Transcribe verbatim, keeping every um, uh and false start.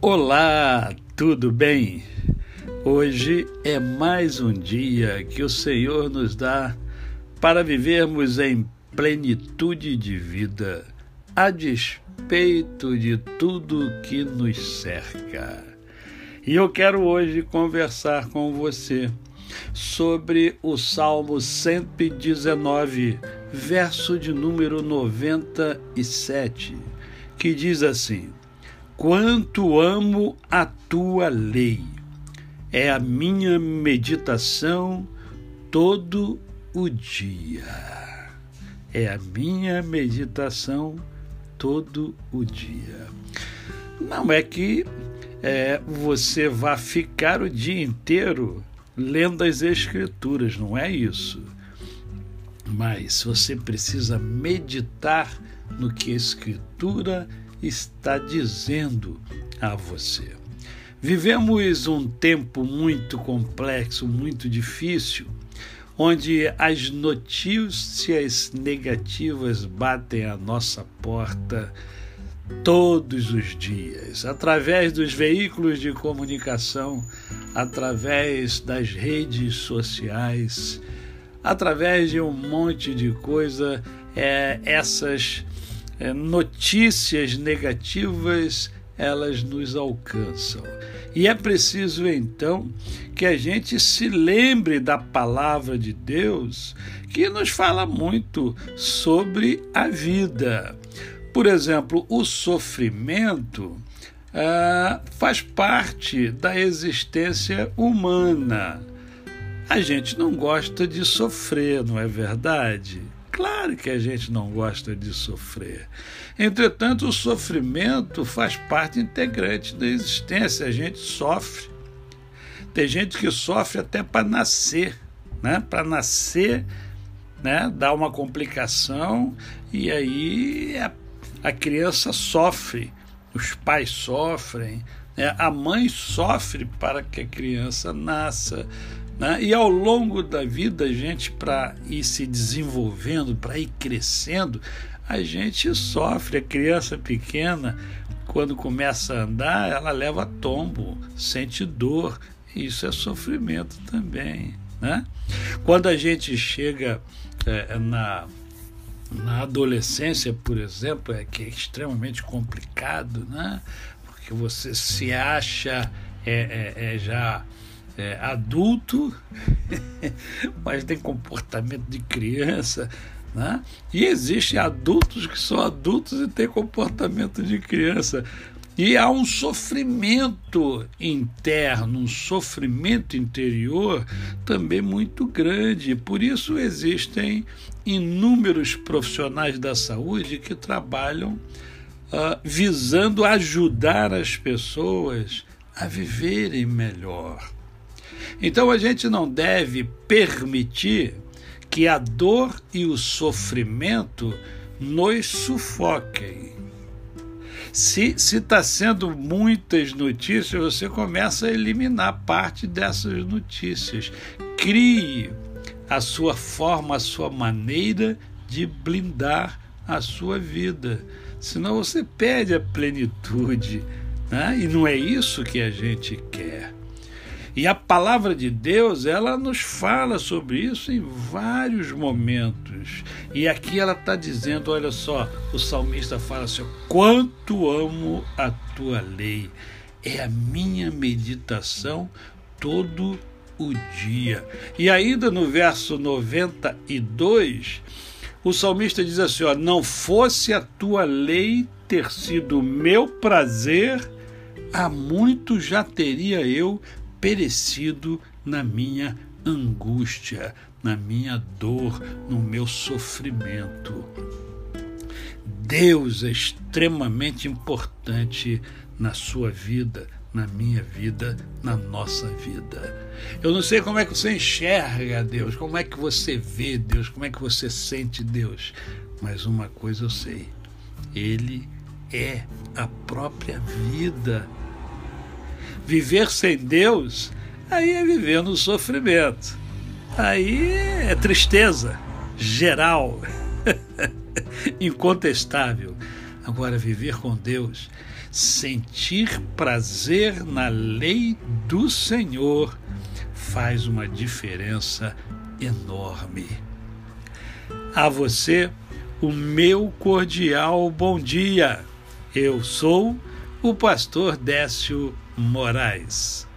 Olá, tudo bem? Hoje é mais um dia que o Senhor nos dá para vivermos em plenitude de vida, a despeito de tudo que nos cerca. E eu quero hoje conversar com você sobre o Salmo cento e dezenove, verso de número noventa e sete, que diz assim: Quanto amo a tua lei, é a minha meditação todo o dia. É a minha meditação todo o dia. Não é que é, você vá ficar o dia inteiro lendo as Escrituras, não é isso. Mas você precisa meditar no que a Escritura está dizendo a você. Vivemos um tempo muito complexo, muito difícil, onde as notícias negativas batem à nossa porta todos os dias, através dos veículos de comunicação, através das redes sociais, através de um monte de coisa, é, essas é, notícias negativas, elas nos alcançam. E é preciso, então, que a gente se lembre da palavra de Deus, que nos fala muito sobre a vida. Por exemplo, o sofrimento ah, faz parte da existência humana. A gente não gosta de sofrer, não é verdade? Claro que a gente não gosta de sofrer. Entretanto, o sofrimento faz parte integrante da existência. A gente sofre. Tem gente que sofre até para nascer, né? Para nascer, né? Dá uma complicação e aí a, a criança sofre, os pais sofrem, né? A mãe sofre para que a criança nasça. Né? E ao longo da vida, a gente, para ir se desenvolvendo, para ir crescendo, a gente sofre. A criança pequena, quando começa a andar, ela leva tombo, sente dor. Isso é sofrimento também. Né? Quando a gente chega é, na, na adolescência, por exemplo, é que é extremamente complicado, né? Porque você se acha é, é, é já... É, adulto, mas tem comportamento de criança, né? E existem adultos que são adultos e têm comportamento de criança. E há um sofrimento interno, um sofrimento interior também muito grande. Por isso existem inúmeros profissionais da saúde que trabalham uh, visando ajudar as pessoas a viverem melhor. Então a gente não deve permitir que a dor e o sofrimento nos sufoquem. Se está sendo muitas notícias, você começa a eliminar parte dessas notícias. Crie a sua forma, a sua maneira de blindar a sua vida. Senão você perde a plenitude, né? E não é isso que a gente quer. E a palavra de Deus, ela nos fala sobre isso em vários momentos. E aqui ela está dizendo, olha só, o salmista fala assim: quanto amo a tua lei, é a minha meditação todo o dia. E ainda no verso noventa e dois, o salmista diz assim, ó, não fosse a tua lei ter sido meu prazer, há muito já teria eu perecido na minha angústia, na minha dor, no meu sofrimento. Deus é extremamente importante na sua vida, na minha vida, na nossa vida. Eu não sei como é que você enxerga Deus, como é que você vê Deus, como é que você sente Deus, mas uma coisa eu sei, Ele é a própria vida. Viver sem Deus, aí é viver no sofrimento. Aí é tristeza geral, incontestável. Agora, viver com Deus sentir prazer na lei do Senhor faz uma diferença enorme. A você, o meu cordial bom dia. Eu sou o pastor Décio Moraes.